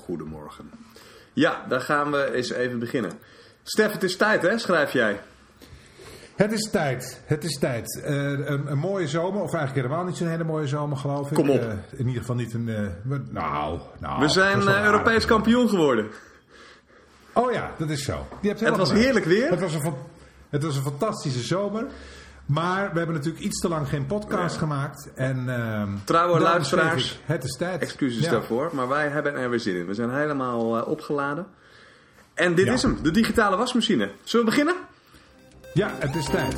goedemorgen. Ja, daar gaan we eens even beginnen. Stef, het is tijd, hè? Schrijf jij. Het is tijd. Een mooie zomer, of eigenlijk helemaal niet zo'n hele mooie zomer, geloof ik. Kom op. In ieder geval niet een... we zijn Europees kampioen geworden. Oh ja, dat is zo. Het was heerlijk weer. Het was een fantastische zomer. Maar we hebben natuurlijk iets te lang geen podcast gemaakt. En, trouwe luisteraars, het is tijd. Excuses daarvoor, maar wij hebben er weer zin in. We zijn helemaal opgeladen. En dit is hem, de digitale wasmachine. Zullen we beginnen? Ja, het is tijd.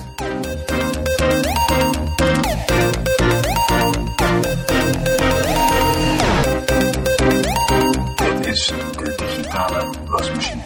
Dit is de digitale wasmachine.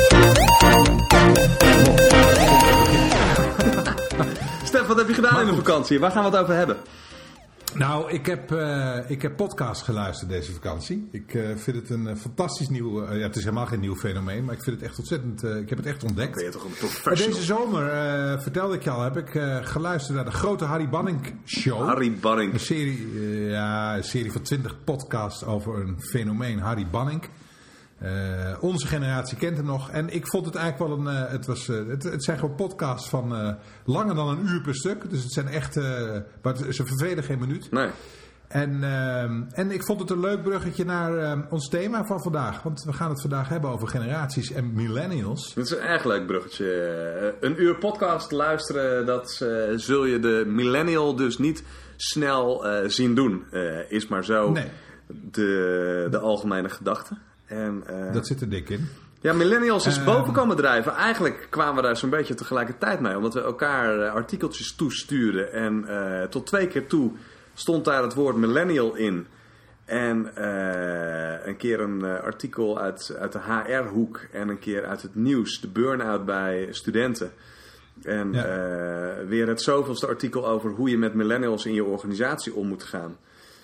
Stef, wat heb je gedaan in de vakantie? Waar gaan we het over hebben? Nou, ik heb podcast geluisterd deze vakantie. Ik vind het een fantastisch nieuw... het is helemaal geen nieuw fenomeen, maar ik vind het echt ontzettend... ik heb het echt ontdekt. Ben je toch een professional? Deze zomer, vertelde ik je al, heb ik geluisterd naar de grote Harry Banning Show. Harry Banning. Een serie van 20 podcasts over een fenomeen, Harry Banning. Onze generatie kent hem nog. En ik vond het eigenlijk wel het zijn gewoon podcasts van langer dan een uur per stuk. Dus het zijn echt... maar ze vervelen geen minuut. Nee. En ik vond het een leuk bruggetje naar ons thema van vandaag. Want we gaan het vandaag hebben over generaties en millennials. Dat is een erg leuk bruggetje. Een uur podcast luisteren, dat zul je de millennial dus niet snel zien doen. Is maar zo de algemene gedachte. Dat zit er dik in. Ja, millennials is boven komen drijven. Eigenlijk kwamen we daar zo'n beetje tegelijkertijd mee. Omdat we elkaar artikeltjes toestuurden. En tot 2 keer toe stond daar het woord millennial in. En een keer een artikel uit de HR-hoek. En een keer uit het nieuws. De burn-out bij studenten. En weer het zoveelste artikel over hoe je met millennials in je organisatie om moet gaan.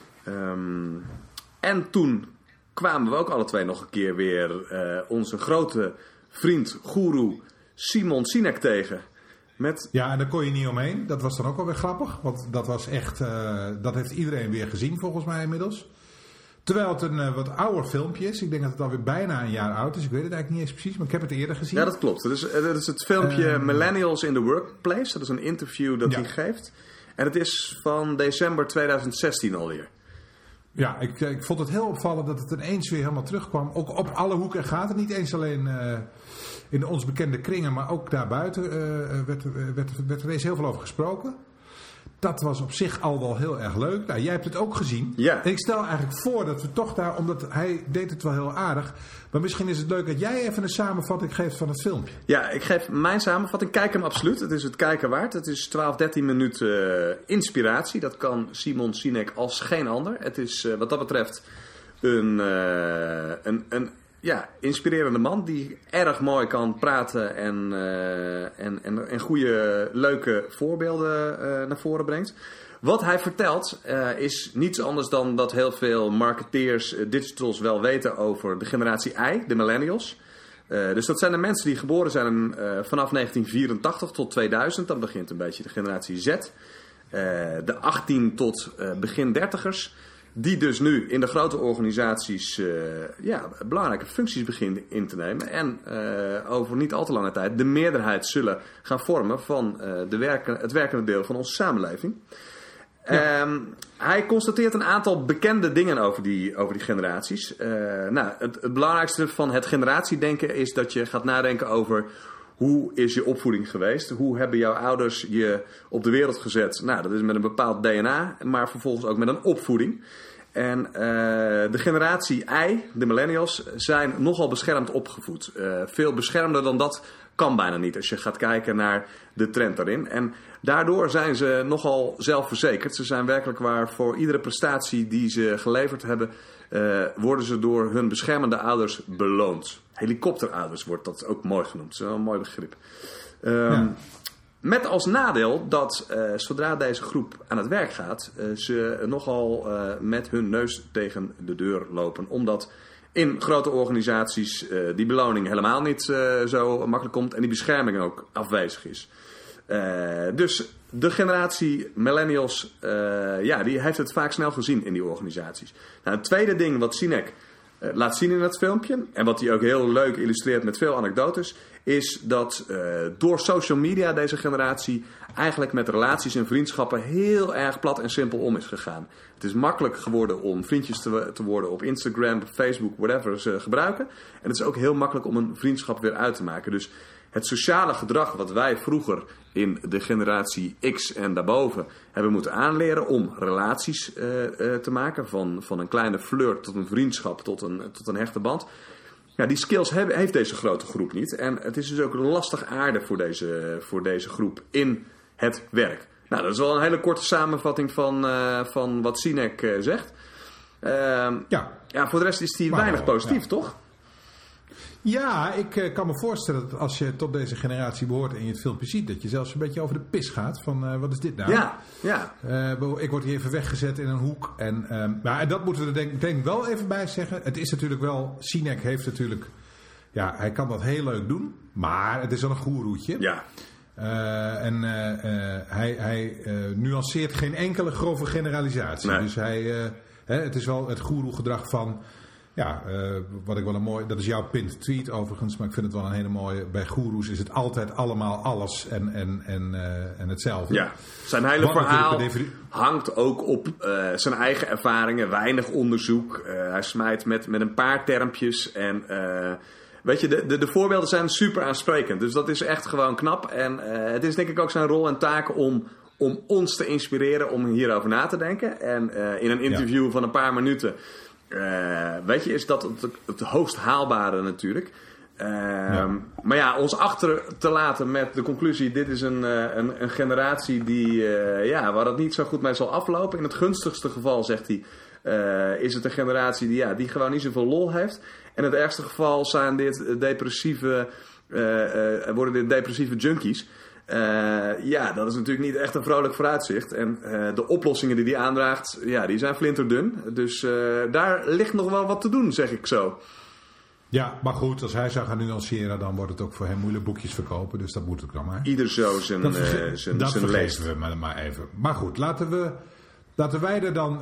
En toen kwamen we ook alle twee nog een keer weer onze grote vriend, goeroe Simon Sinek tegen. Ja, en daar kon je niet omheen. Dat was dan ook wel weer grappig. Want dat was echt... dat heeft iedereen weer gezien volgens mij inmiddels. Terwijl het een wat ouder filmpje is. Ik denk dat het alweer bijna een jaar oud is. Ik weet het eigenlijk niet eens precies, maar ik heb het eerder gezien. Ja, dat klopt. Dat is het filmpje Millennials in the Workplace. Dat is een interview dat hij geeft. En het is van december 2016 alweer. Ja, ik vond het heel opvallend dat het ineens weer helemaal terugkwam. Ook op alle hoeken gaat het niet eens alleen in ons bekende kringen, maar ook daarbuiten werd er ineens heel veel over gesproken. Dat was op zich al wel heel erg leuk. Nou, jij hebt het ook gezien. Ja. En ik stel eigenlijk voor dat we toch daar, omdat hij deed het wel heel aardig, maar misschien is het leuk dat jij even een samenvatting geeft van het filmpje. Ja, ik geef mijn samenvatting. Kijk hem absoluut. Het is het kijken waard. Het is 12-13 minuten inspiratie. Dat kan Simon Sinek als geen ander. Het is wat dat betreft een inspirerende man die erg mooi kan praten en goede, leuke voorbeelden naar voren brengt. Wat hij vertelt is niets anders dan dat heel veel marketeers, digitals wel weten over de generatie I, de millennials. Dus dat zijn de mensen die geboren zijn vanaf 1984 tot 2000. Dan begint een beetje de generatie Z. De 18 tot begin dertigers. Die dus nu in de grote organisaties belangrijke functies beginnen in te nemen. En over niet al te lange tijd de meerderheid zullen gaan vormen van het werkende deel van onze samenleving. Ja. Hij constateert een aantal bekende dingen over die generaties. Het belangrijkste van het generatiedenken is dat je gaat nadenken over hoe is je opvoeding geweest? Hoe hebben jouw ouders je op de wereld gezet? Nou, dat is met een bepaald DNA, maar vervolgens ook met een opvoeding. En de generatie I, de millennials, zijn nogal beschermd opgevoed. Veel beschermder dan dat kan bijna niet als je gaat kijken naar de trend daarin. En daardoor zijn ze nogal zelfverzekerd. Ze zijn werkelijk waar voor iedere prestatie die ze geleverd hebben, worden ze door hun beschermende ouders beloond. Helikopterouders wordt dat ook mooi genoemd. Dat is wel een mooi begrip. Met als nadeel dat zodra deze groep aan het werk gaat, ze nogal met hun neus tegen de deur lopen. Omdat in grote organisaties die beloning helemaal niet zo makkelijk komt en die bescherming ook afwezig is. Dus de generatie millennials, die heeft het vaak snel gezien in die organisaties. Nou, het tweede ding wat Sinek laat zien in dat filmpje, en wat hij ook heel leuk illustreert met veel anekdotes, is dat door social media deze generatie eigenlijk met relaties en vriendschappen heel erg plat en simpel om is gegaan. Het is makkelijk geworden om vriendjes te worden op Instagram, Facebook, whatever ze gebruiken. En het is ook heel makkelijk om een vriendschap weer uit te maken. Dus het sociale gedrag wat wij vroeger in de generatie X en daarboven hebben moeten aanleren om relaties te maken, van een kleine flirt tot een vriendschap, tot een hechte band. Ja, die skills heeft deze grote groep niet. En het is dus ook lastig aarde voor deze groep in het werk. Nou, dat is wel een hele korte samenvatting van wat Sinek zegt. Voor de rest is hij weinig positief, toch? Ja, ik kan me voorstellen dat als je tot deze generatie behoort en je het filmpje ziet, dat je zelfs een beetje over de pis gaat van wat is dit nou? Ja. Ik word hier even weggezet in een hoek. En dat moeten we er denk ik wel even bij zeggen. Het is natuurlijk wel, Sinek heeft natuurlijk, hij kan dat heel leuk doen, maar het is wel een goeroetje. Ja. Hij nuanceert geen enkele grove generalisatie. Nee. Dus het is wel het goeroegedrag van... wat ik wel een mooi... Dat is jouw pinned tweet overigens, maar ik vind het wel een hele mooie... Bij goeroes is het altijd allemaal alles en hetzelfde. Ja, zijn hele verhaal hangt ook op zijn eigen ervaringen, weinig onderzoek. Hij smijt met een paar termpjes en... weet je, de voorbeelden zijn super aansprekend. Dus dat is echt gewoon knap. En het is denk ik ook zijn rol en taak om ons te inspireren om hierover na te denken. En in een interview van een paar minuten... weet je, is dat het hoogst haalbare natuurlijk. Maar ja, ons achter te laten met de conclusie... dit is een generatie waar het niet zo goed mee zal aflopen. In het gunstigste geval, zegt hij... is het een generatie die gewoon niet zoveel lol heeft. En in het ergste geval zijn worden dit depressieve junkies. Dat is natuurlijk niet echt een vrolijk vooruitzicht. En de oplossingen die hij aandraagt, die zijn flinterdun. Dus daar ligt nog wel wat te doen, zeg ik zo. Ja, maar goed, als hij zou gaan nuanceren, dan wordt het ook voor hem moeilijk boekjes verkopen. Dus dat moet ook dan maar. Ieder zo zijn leest. We maar even. Maar goed, laten wij er dan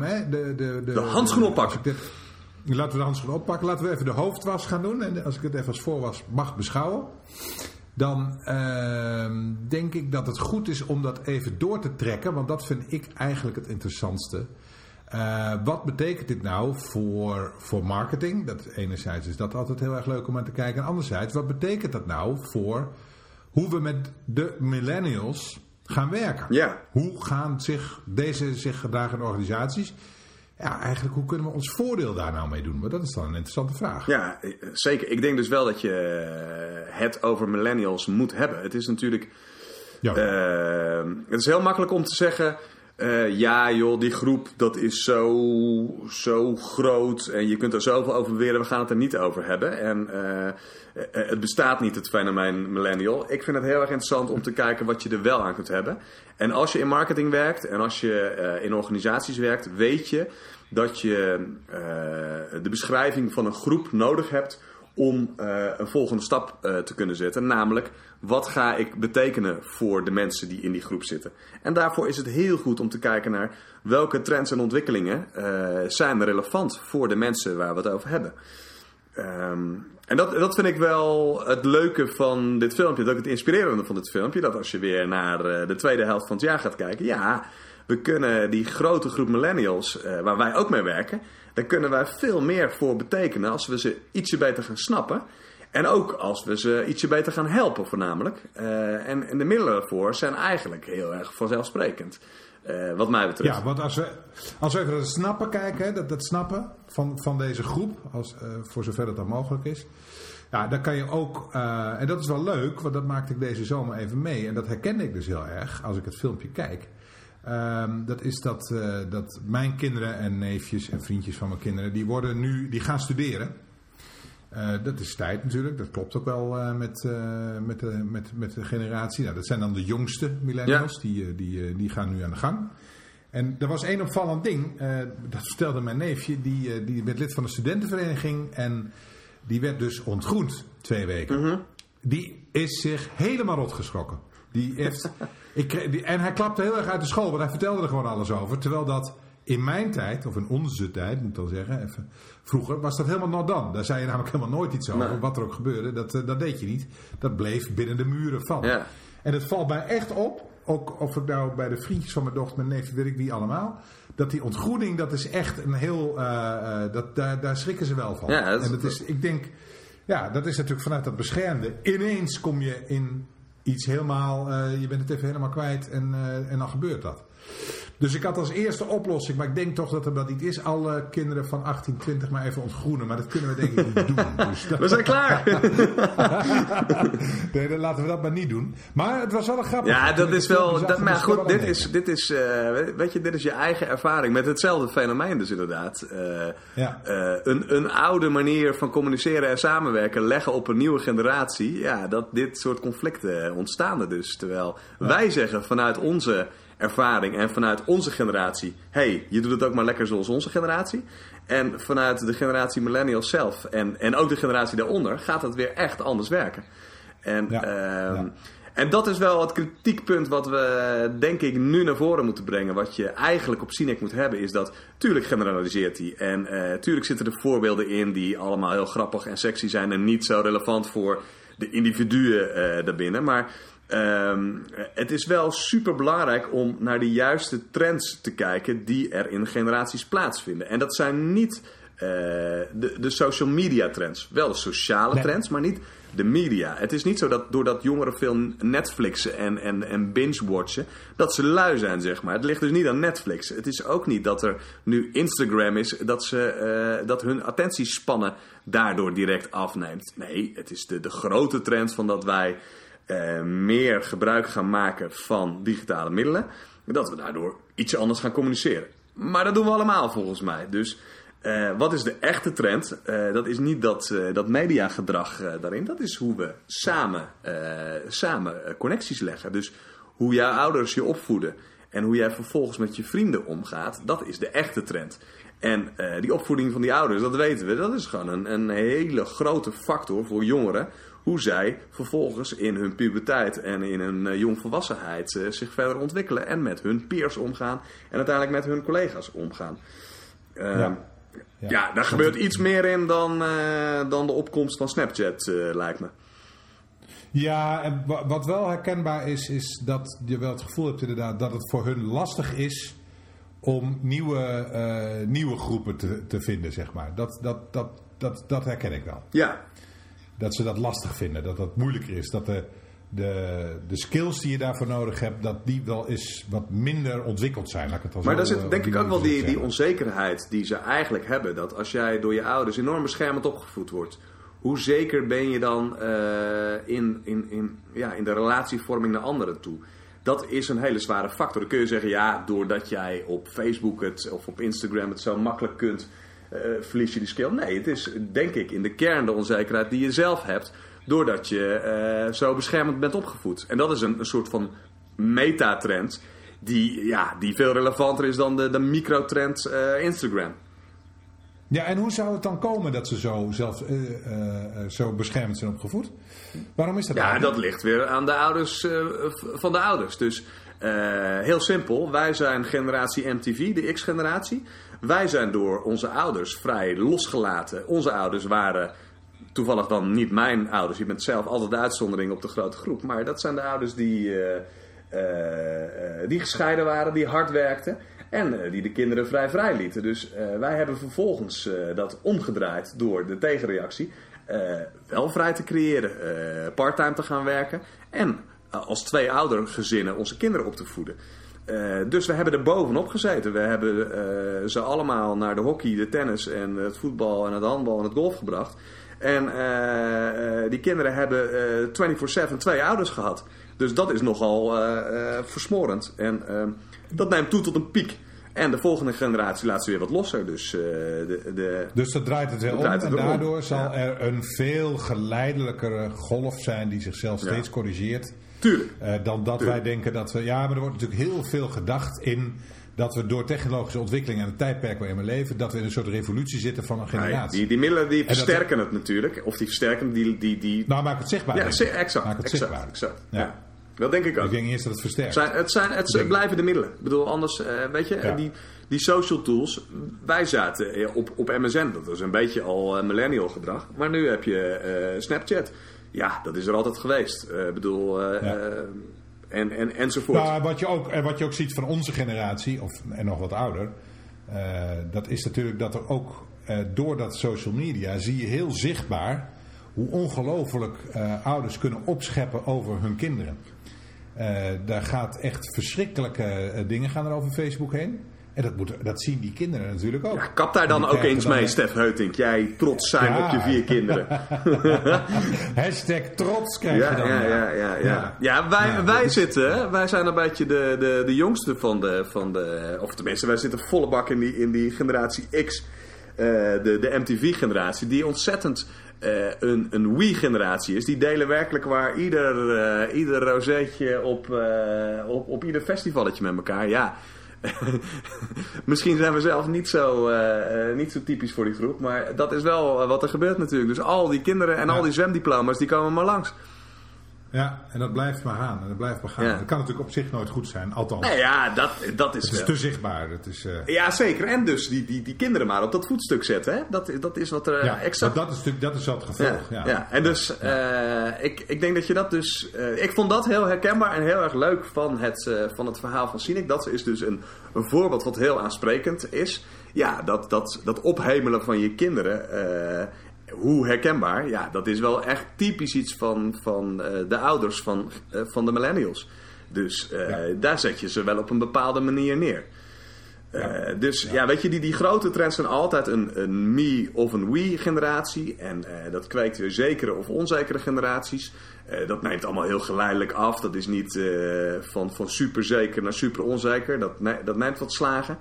de handschoen oppakken. Laten we de handschoen oppakken. Laten we even de hoofdwas gaan doen. En als ik het even als voorwas mag beschouwen... Dan denk ik dat het goed is om dat even door te trekken. Want dat vind ik eigenlijk het interessantste. Wat betekent dit nou voor marketing? Dat enerzijds is dat altijd heel erg leuk om aan te kijken. En anderzijds, wat betekent dat nou voor hoe we met de millennials gaan werken? Ja. Hoe gaan zich gedragen in organisaties? Ja, eigenlijk hoe kunnen we ons voordeel daar nou mee doen? Maar dat is dan een interessante vraag. Ja, zeker. Ik denk dus wel dat je het over millennials moet hebben. Het is natuurlijk... het is heel makkelijk om te zeggen... die groep, dat is zo groot... en je kunt er zoveel over beweren, we gaan het er niet over hebben. En het bestaat niet, het fenomeen millennial. Ik vind het heel erg interessant om te kijken wat je er wel aan kunt hebben. En als je in marketing werkt en als je in organisaties werkt... weet je dat je de beschrijving van een groep nodig hebt... om een volgende stap te kunnen zetten. Namelijk, wat ga ik betekenen voor de mensen die in die groep zitten? En daarvoor is het heel goed om te kijken naar... welke trends en ontwikkelingen zijn relevant voor de mensen waar we het over hebben. En dat vind ik wel het leuke van dit filmpje. Dat ik het inspirerende van dit filmpje. Dat als je weer naar de tweede helft van het jaar gaat kijken... ja, we kunnen die grote groep millennials, waar wij ook mee werken... daar kunnen wij veel meer voor betekenen als we ze ietsje beter gaan snappen. En ook als we ze ietsje beter gaan helpen voornamelijk. En de middelen daarvoor zijn eigenlijk heel erg vanzelfsprekend. Wat mij betreft. Ja, want als we even naar het snappen kijken, dat snappen van deze groep, voor zover het dan mogelijk is. Ja, dan kan je ook, en dat is wel leuk, want dat maakte ik deze zomer even mee. En dat herkende ik dus heel erg als ik het filmpje kijk. Dat is dat mijn kinderen en neefjes en vriendjes van mijn kinderen, die gaan studeren. Dat is tijd natuurlijk, dat klopt ook wel met de generatie. Nou, dat zijn dan de jongste millennials, die gaan nu aan de gang. En er was één opvallend ding, dat vertelde mijn neefje, die werd lid van de studentenvereniging en die werd dus ontgroend 2 weken. Mm-hmm. Die is zich helemaal rot geschrokken. En hij klapte heel erg uit de school, want hij vertelde er gewoon alles over. Terwijl dat In mijn tijd, of in onze tijd, moet ik dan zeggen, even vroeger, was dat helemaal not done. Daar zei je namelijk helemaal nooit iets over. Nee. Wat er ook gebeurde, dat deed je niet. Dat bleef binnen de muren van. Ja. En het valt mij echt op, ook of ik nou bij de vriendjes van mijn dochter, mijn neef, weet ik wie allemaal, dat die ontgroening, dat is echt een heel, daar schrikken ze wel van. Ja, en dat is, ik denk, ja, dat is natuurlijk vanuit dat beschermde. Ineens kom je in iets helemaal, je bent het even helemaal kwijt en dan gebeurt dat. Dus ik had als eerste oplossing, maar ik denk toch dat er dat niet is, alle kinderen van 18, 20 maar even ontgroenen. Maar dat kunnen we denk ik niet doen. Dus We zijn klaar! Nee, dan laten we dat maar niet doen. Maar het was wel een grappig. Ja, dat is wel... maar goed, dit is weet je, dit is je eigen ervaring. Met hetzelfde fenomeen dus inderdaad. Een oude manier van communiceren en samenwerken leggen op een nieuwe generatie. Ja, dat dit soort conflicten ontstaan er dus. Terwijl wij zeggen vanuit onze ervaring en vanuit onze generatie, hey, je doet het ook maar lekker zoals onze generatie. En vanuit de generatie millennials zelf en ook de generatie daaronder gaat het weer echt anders werken. En dat is wel het kritiekpunt wat we denk ik nu naar voren moeten brengen. Wat je eigenlijk op Sinek moet hebben is dat, tuurlijk generaliseert hij. En tuurlijk zitten er voorbeelden in die allemaal heel grappig en sexy zijn en niet zo relevant voor de individuen daarbinnen. Maar het is wel super belangrijk om naar de juiste trends te kijken die er in generaties plaatsvinden. En dat zijn niet de social media trends. Wel de sociale trends, maar niet de media. Het is niet zo dat doordat jongeren veel Netflixen en binge-watchen, dat ze lui zijn, zeg maar. Het ligt dus niet aan Netflix. Het is ook niet dat er nu Instagram is, dat hun attentiespannen daardoor direct afneemt. Nee, het is de grote trend van dat wij meer gebruik gaan maken van digitale middelen. Dat we daardoor iets anders gaan communiceren. Maar dat doen we allemaal volgens mij. Dus wat is de echte trend? Dat is niet dat mediagedrag daarin. Dat is hoe we samen connecties leggen. Dus hoe jouw ouders je opvoeden en hoe jij vervolgens met je vrienden omgaat, dat is de echte trend. En die opvoeding van die ouders, dat weten we, dat is gewoon een hele grote factor voor jongeren. Hoe zij vervolgens in hun puberteit en in hun jongvolwassenheid zich verder ontwikkelen en met hun peers omgaan en uiteindelijk met hun collega's omgaan. Daar gebeurt iets meer in dan de opkomst van Snapchat, lijkt me. Ja, en wat wel herkenbaar is dat je wel het gevoel hebt inderdaad dat het voor hun lastig is om nieuwe groepen te vinden, zeg maar. Dat herken ik wel. Ja. Dat ze dat lastig vinden, dat dat moeilijker is. Dat de skills die je daarvoor nodig hebt, dat die wel eens wat minder ontwikkeld zijn. Laat ik het maar daar zit denk ik ook wel die onzekerheid die ze eigenlijk hebben. Dat als jij door je ouders enorm beschermend opgevoed wordt, hoe zeker ben je dan in de relatievorming naar anderen toe? Dat is een hele zware factor. Dan kun je zeggen, ja, doordat jij op Facebook of op Instagram het zo makkelijk kunt, verlies je die skill. Nee, het is denk ik in de kern de onzekerheid die je zelf hebt, doordat je zo beschermend bent opgevoed. En dat is een soort van metatrend die veel relevanter is dan de microtrend Instagram. Ja, en hoe zou het dan komen dat ze zo beschermend zijn opgevoed? Waarom is dat eigenlijk? Dat ligt weer aan de ouders van de ouders. Dus heel simpel, wij zijn generatie MTV, de X-generatie. Wij zijn door onze ouders vrij losgelaten. Onze ouders waren toevallig dan niet mijn ouders. Je bent zelf altijd de uitzondering op de grote groep. Maar dat zijn de ouders die gescheiden waren, die hard werkten. En die de kinderen vrij lieten. Dus wij hebben vervolgens dat omgedraaid door de tegenreactie. Wel vrij te creëren, parttime te gaan werken. En als twee oudergezinnen onze kinderen op te voeden. Dus we hebben er bovenop gezeten. We hebben ze allemaal naar de hockey, de tennis en het voetbal en het handbal en het golf gebracht. En die kinderen hebben 24/7 twee ouders gehad. Dus dat is nogal versmorend. En dat neemt toe tot een piek. En de volgende generatie laat ze weer wat losser. Dus dat draait het weer om. En daardoor zal er een veel geleidelijkere golf zijn die zichzelf steeds corrigeert. Tuurlijk. Dan dat wij denken dat we... Ja, maar er wordt natuurlijk heel veel gedacht in dat we door technologische ontwikkeling en het tijdperk waarin we leven, dat we in een soort revolutie zitten van een generatie. Ja, die middelen die versterken het natuurlijk. Of die versterken die... Nou, maak het zichtbaar. Ja, exact. Ja. Dat denk ik ook. Ik denk eerst dat het versterkt. Het blijven de middelen. Ik bedoel, anders, weet je, die social tools. Wij zaten op MSN. Dat was een beetje al millennial gedrag. Maar nu heb je Snapchat. Ja, dat is er altijd geweest. Enzovoort. Nou, wat je ook ziet van onze generatie, en nog wat ouder, dat is natuurlijk dat er ook door dat social media zie je heel zichtbaar hoe ongelooflijk ouders kunnen opscheppen over hun kinderen. Daar gaat echt verschrikkelijke dingen gaan er over Facebook heen. En dat zien die kinderen natuurlijk ook. Ja, kap daar dan ook eens mee, Stef Heutink. Jij trots zijn op je 4 kinderen. Hashtag trots krijg je dan. Ja, wij zijn een beetje de jongste van de... Of tenminste, wij zitten volle bak in die generatie X. De MTV-generatie. Die ontzettend een Wii-generatie is. Die delen werkelijk waar ieder rozeetje op ieder festivalletje met elkaar. Ja... Misschien zijn we zelf niet zo typisch voor die groep. Maar dat is wel wat er gebeurt natuurlijk. Dus al die kinderen en al die zwemdiploma's, die komen maar langs. Ja, en dat blijft maar gaan. Ja. Dat kan natuurlijk op zich nooit goed zijn. Althans. Nee, ja, dat is wel. Te zichtbaar. Ja, zeker. En dus die kinderen maar op dat voetstuk zetten. Hè? Dat is wat er exact... Dat is wel het gevolg. Ja. En dus ik denk dat je dat dus... ik vond dat heel herkenbaar en heel erg leuk van het verhaal van Sinek. Dat is dus een voorbeeld wat heel aansprekend is. Ja, dat ophemelen van je kinderen... hoe herkenbaar? Ja, dat is wel echt typisch iets van de ouders van de millennials. Dus daar zet je ze wel op een bepaalde manier neer. Weet je, die grote trends zijn altijd een me of een we generatie. En dat kweekt weer zekere of onzekere generaties. Dat neemt allemaal heel geleidelijk af. Dat is niet van super zeker naar super onzeker. Dat neemt wat slagen.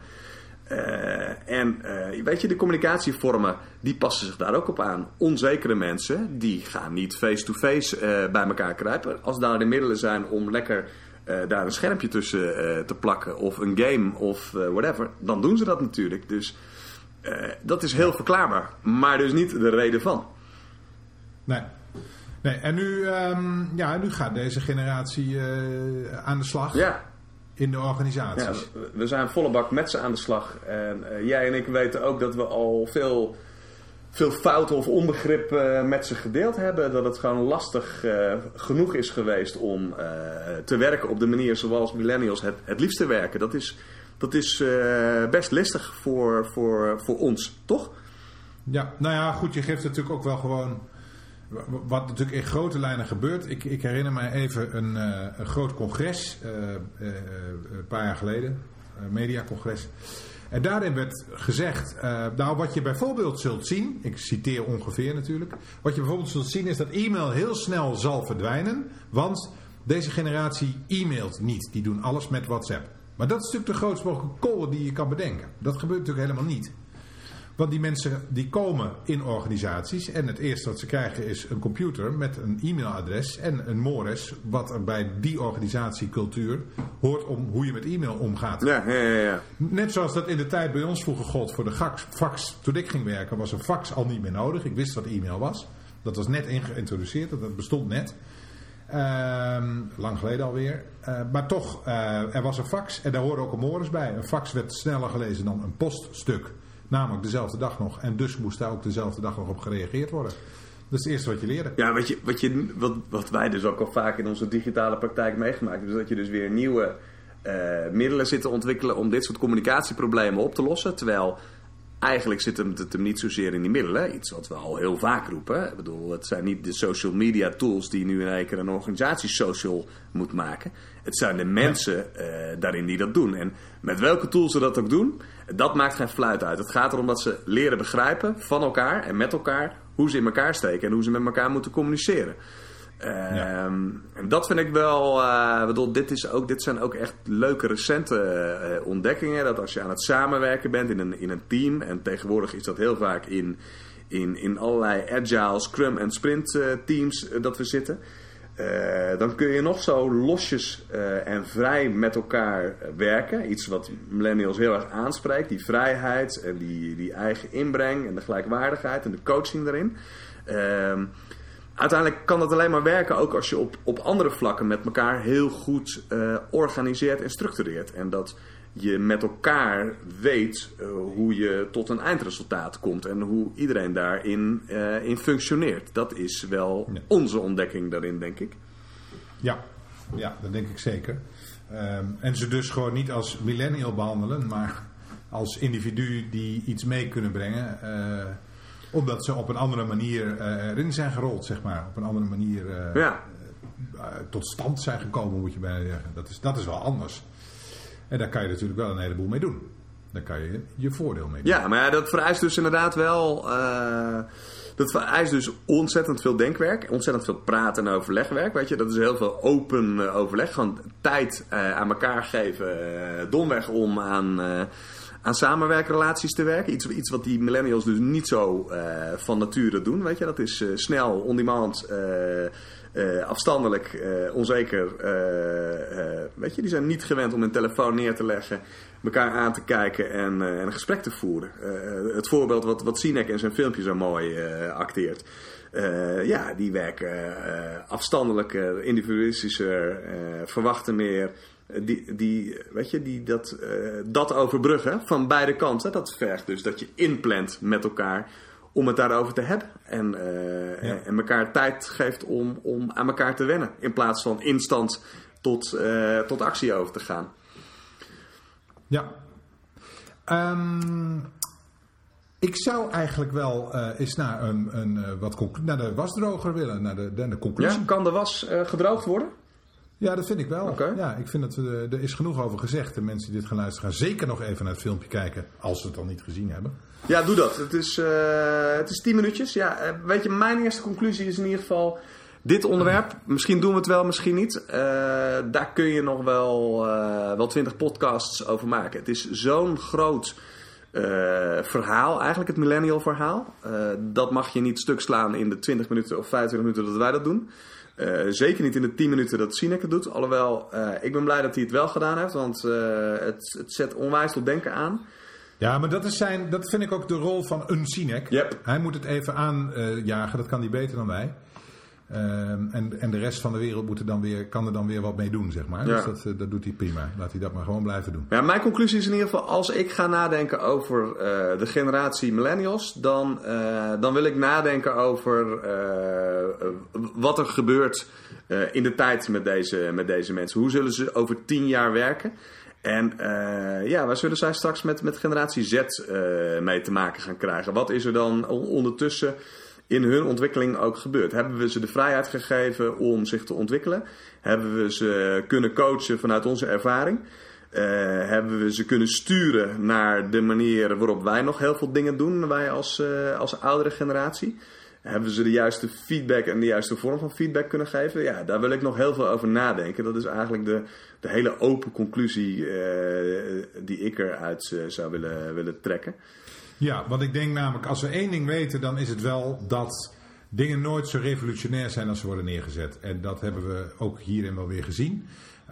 Weet je, de communicatievormen die passen zich daar ook op aan. Onzekere mensen die gaan niet face-to-face bij elkaar kruipen. Als daar de middelen zijn om lekker daar een schermpje tussen te plakken of een game of whatever, dan doen ze dat natuurlijk. Dus dat is heel verklaarbaar, maar dus niet de reden van. Nee, en nu gaat deze generatie aan de slag. Ja. In de organisaties. Ja, we zijn volle bak met ze aan de slag. En jij en ik weten ook dat we al veel fouten of onbegrip met ze gedeeld hebben. Dat het gewoon lastig genoeg is geweest om te werken op de manier zoals millennials het liefste werken. Dat is best listig voor ons, toch? Ja, nou ja, goed. Je geeft natuurlijk ook wel gewoon... Wat natuurlijk in grote lijnen gebeurt. Ik herinner mij even een groot congres. Een paar jaar geleden. Een mediacongres. En daarin werd gezegd... wat je bijvoorbeeld zult zien... Ik citeer ongeveer natuurlijk. Wat je bijvoorbeeld zult zien is dat e-mail heel snel zal verdwijnen. Want deze generatie e-mailt niet. Die doen alles met WhatsApp. Maar dat is natuurlijk de grootst mogelijke call die je kan bedenken. Dat gebeurt natuurlijk helemaal niet. Want die mensen die komen in organisaties en het eerste wat ze krijgen is een computer met een e-mailadres en een mores wat er bij die organisatiecultuur hoort om hoe je met e-mail omgaat. Ja. Net zoals dat in de tijd bij ons vroeger gold voor de fax. Toen ik ging werken was een fax al niet meer nodig. Ik wist wat e-mail was. Dat was net geïntroduceerd, dat bestond net. Lang geleden alweer. Maar toch, er was een fax en daar hoorde ook een mores bij. Een fax werd sneller gelezen dan een poststuk. Namelijk dezelfde dag nog. En dus moest daar ook dezelfde dag nog op gereageerd worden. Dat is het eerste wat je leerde. Ja, wat wij dus ook al vaak in onze digitale praktijk meegemaakt hebben. Is dat je dus weer nieuwe middelen zit te ontwikkelen om dit soort communicatieproblemen op te lossen. Terwijl eigenlijk zit het hem niet zozeer in die middelen. Iets wat we al heel vaak roepen. Ik bedoel, het zijn niet de social media tools die nu in één keer een organisatie social moet maken. Het zijn de mensen daarin die dat doen. En met welke tools ze dat ook doen, dat maakt geen fluit uit. Het gaat erom dat ze leren begrijpen van elkaar en met elkaar hoe ze in elkaar steken en hoe ze met elkaar moeten communiceren. En dat vind ik wel... dit zijn ook echt leuke recente ontdekkingen. Dat als je aan het samenwerken bent in een team... en tegenwoordig is dat heel vaak in allerlei agile, scrum en sprint teams dat we zitten... dan kun je nog zo losjes en vrij met elkaar werken. Iets wat millennials heel erg aanspreekt. Die vrijheid en die eigen inbreng en de gelijkwaardigheid en de coaching daarin. Uiteindelijk kan dat alleen maar werken ook als je op andere vlakken met elkaar heel goed organiseert en structureert. En dat je met elkaar weet hoe je tot een eindresultaat komt en hoe iedereen daarin in functioneert. Dat is wel onze ontdekking daarin, denk ik. Ja, dat denk ik zeker. En ze dus gewoon niet als millennial behandelen, maar als individu die iets mee kunnen brengen. Omdat ze op een andere manier erin zijn gerold, zeg maar. Op een andere manier tot stand zijn gekomen, moet je bijna zeggen. Dat is wel anders. En daar kan je natuurlijk wel een heleboel mee doen. Daar kan je voordeel mee doen. Ja, maar dat vereist dus inderdaad wel... dat vereist dus ontzettend veel denkwerk. Ontzettend veel praten en overlegwerk. Weet je? Dat is heel veel open overleg. Gewoon tijd aan elkaar geven. Domweg om aan samenwerkrelaties te werken. Iets wat die millennials dus niet zo van nature doen. Weet je? Dat is snel, on-demand... afstandelijk, onzeker. Weet je, die zijn niet gewend om een telefoon neer te leggen, elkaar aan te kijken en een gesprek te voeren. Het voorbeeld wat Sinek in zijn filmpje zo mooi acteert. Die werken afstandelijker, individualistischer, verwachten meer. Dat overbruggen van beide kanten, dat vergt dus dat je inplant met elkaar om het daarover te hebben. En elkaar tijd geeft om aan elkaar te wennen. In plaats van instant tot actie over te gaan. Ja. Ik zou eigenlijk wel eens naar naar de wasdroger willen. Naar de conclusie. Ja, kan de was gedroogd worden? Ja, dat vind ik wel. Okay. Ja, ik vind dat er is genoeg over gezegd. De mensen die dit gaan luisteren gaan zeker nog even naar het filmpje kijken. Als ze het al niet gezien hebben. Ja, doe dat. Het is 10 minuutjes. Ja, weet je, mijn eerste conclusie is in ieder geval... Dit onderwerp, misschien doen we het wel, misschien niet. Daar kun je nog wel 20 podcasts over maken. Het is zo'n groot verhaal, eigenlijk het millennial verhaal. Dat mag je niet stuk slaan in de 20 minuten of 25 minuten dat wij dat doen. Zeker niet in de 10 minuten dat Sinek het doet. Alhoewel, ik ben blij dat hij het wel gedaan heeft. Want het zet onwijs tot denken aan. Ja, maar dat vind ik ook de rol van een Sinek. Yep. Hij moet het even aanjagen. Dat kan hij beter dan wij. En de rest van de wereld kan er dan weer wat mee doen, zeg maar. Ja. Dus dat doet hij prima. Laat hij dat maar gewoon blijven doen. Ja, mijn conclusie is in ieder geval... als ik ga nadenken over de generatie millennials... dan wil ik nadenken over wat er gebeurt in de tijd met deze mensen. Hoe zullen ze over 10 jaar werken? En waar zullen zij straks met generatie Z mee te maken gaan krijgen? Wat is er dan ondertussen... in hun ontwikkeling ook gebeurt? Hebben we ze de vrijheid gegeven om zich te ontwikkelen? Hebben we ze kunnen coachen vanuit onze ervaring? Hebben we ze kunnen sturen naar de manier waarop wij nog heel veel dingen doen, wij als oudere generatie? Hebben we ze de juiste feedback en de juiste vorm van feedback kunnen geven? Ja, daar wil ik nog heel veel over nadenken. Dat is eigenlijk de hele open conclusie die ik eruit zou willen trekken. Ja, want ik denk namelijk, als we één ding weten, dan is het wel dat dingen nooit zo revolutionair zijn als ze worden neergezet. En dat hebben we ook hierin wel weer gezien.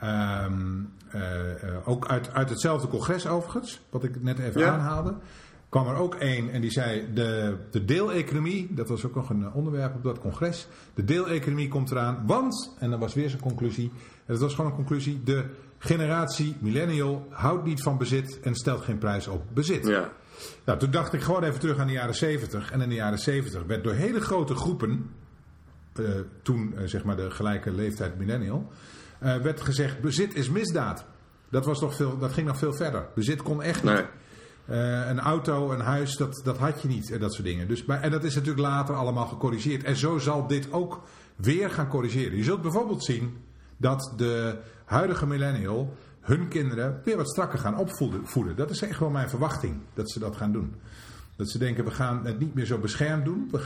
Ook uit hetzelfde congres overigens, wat ik net even aanhaalde, kwam er ook één en die zei, de deeleconomie, dat was ook nog een onderwerp op dat congres, de deeleconomie komt eraan, want, en dat was weer zijn conclusie, en dat was gewoon een conclusie, de generatie millennial houdt niet van bezit en stelt geen prijs op bezit. Ja. Nou, toen dacht ik gewoon even terug aan de jaren 70. En in de jaren 70 werd door hele grote groepen, toen zeg maar de gelijke leeftijd millennial, werd gezegd, bezit is misdaad. Dat ging nog veel verder. Bezit kon echt niet. Een auto, een huis, dat had je niet. En dat soort dingen. En dat is natuurlijk later allemaal gecorrigeerd. En zo zal dit ook weer gaan corrigeren. Je zult bijvoorbeeld zien dat de huidige millennial hun kinderen weer wat strakker gaan opvoeden. Dat is echt wel mijn verwachting, dat ze dat gaan doen. Dat ze denken, we gaan het niet meer zo beschermd doen. We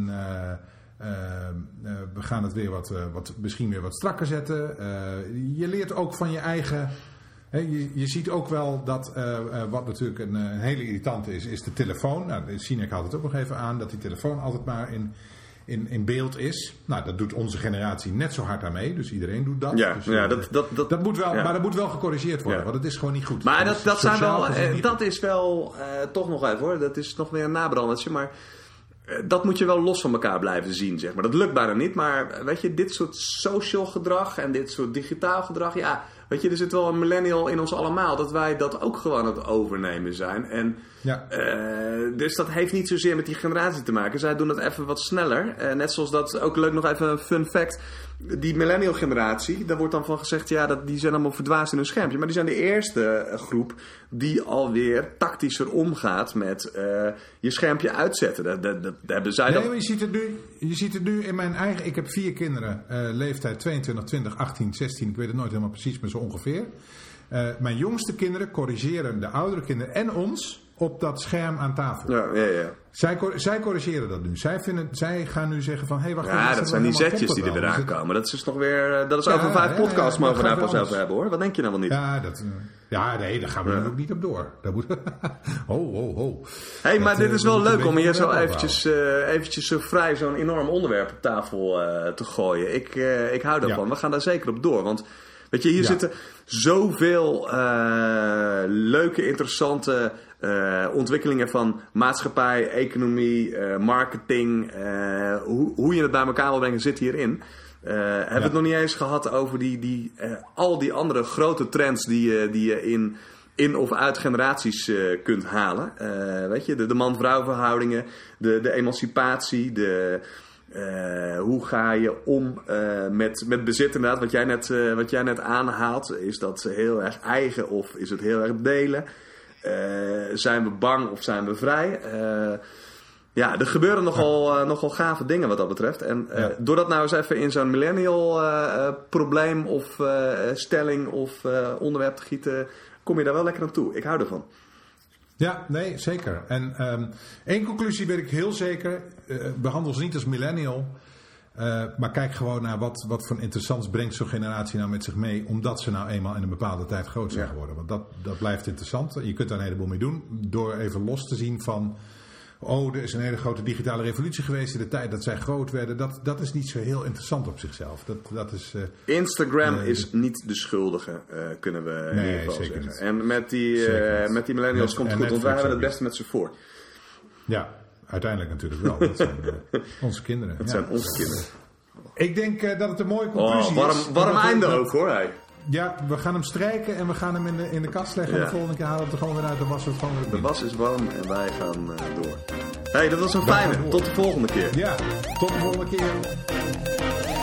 gaan het weer misschien weer wat strakker zetten. Je leert ook van je eigen... Je ziet ook wel dat, wat natuurlijk een hele irritante is de telefoon. Nou, Sinek haalt het ook nog even aan, dat die telefoon altijd maar in beeld is. Nou, dat doet onze generatie net zo hard aan mee. Dus iedereen doet dat. Ja, dus, dat moet wel, ja. Maar dat moet wel gecorrigeerd worden. Want het is gewoon niet goed. Maar dat is wel toch nog even hoor. Dat is nog weer een nabrandertje. Maar dat moet je wel los van elkaar blijven zien, zeg maar. Dat lukt bijna niet. Maar weet je, dit soort social gedrag en dit soort digitaal gedrag. Ja, Weet je, er zit wel een millennial in ons allemaal. Dat wij dat ook gewoon aan het overnemen zijn. En dus dat heeft niet zozeer met die generatie te maken. Zij doen het even wat sneller. Net zoals dat, ook leuk nog even een fun fact. Die millennial generatie, daar wordt dan van gezegd... die zijn allemaal verdwaasd in hun schermpje. Maar die zijn de eerste groep die alweer tactischer omgaat met je schermpje uitzetten. Dat hebben zij maar je ziet het nu in mijn eigen... Ik heb 4 kinderen, leeftijd 22, 20, 18, 16. Ik weet het nooit helemaal precies, maar zo ongeveer. Mijn jongste kinderen corrigeren de oudere kinderen en ons op dat scherm aan tafel. Ja. Zij corrigeren dat nu. Zij gaan nu zeggen van... Hey, wacht, ja, dat zijn die zetjes die er weer aankomen. Dat is toch weer... Dat is over 5 podcasts mogen we daar pas over hebben, hoor. Wat denk je nou wel niet? Nee, daar gaan we nu ook niet op door. Dat moet... Ho. Hey, maar dit is wel leuk om hier zo eventjes zo vrij zo'n enorm onderwerp op tafel te gooien. Ik hou daarvan. We gaan daar zeker op door, want... Weet je, hier zitten zoveel leuke, interessante ontwikkelingen van maatschappij, economie, marketing. Hoe je het bij elkaar wil brengen zit hierin. Hebben we het nog niet eens gehad over al die andere grote trends die je in of uit generaties kunt halen. Weet je, de man-vrouw verhoudingen, de emancipatie, hoe ga je om met bezit inderdaad, wat jij net aanhaalt. Is dat heel erg eigen of is het heel erg delen? Zijn we bang of zijn we vrij? Er gebeuren nogal gave dingen wat dat betreft. En door dat nou eens even in zo'n millennial probleem of stelling of onderwerp te gieten, kom je daar wel lekker aan toe. Ik hou ervan. Ja, nee, zeker. En één conclusie weet ik heel zeker. Behandel ze niet als millennial. Maar kijk gewoon naar wat voor interessants brengt zo'n generatie nou met zich mee. Omdat ze nou eenmaal in een bepaalde tijd groot zijn geworden. Want dat blijft interessant. Je kunt daar een heleboel mee doen. Door even los te zien van... er is een hele grote digitale revolutie geweest in de tijd dat zij groot werden. Dat is niet zo heel interessant op zichzelf. Dat is, Instagram is niet de schuldige, kunnen we in ieder geval zeggen. Niet. En met die millennials komt het goed, want wij hebben het beste met ze voor. Ja, uiteindelijk natuurlijk wel. Dat zijn onze kinderen. Dat zijn onze kinderen. Ik denk dat het een mooie conclusie is. Warm einde ook, hoor. Hey. Ja, we gaan hem strijken en we gaan hem in de kast leggen. En de volgende keer halen we het er gewoon weer uit. Dan was het gewoon weer de was is warm en wij gaan door. Hey, dat was een fijne. Tot de volgende keer. Ja, tot de volgende keer.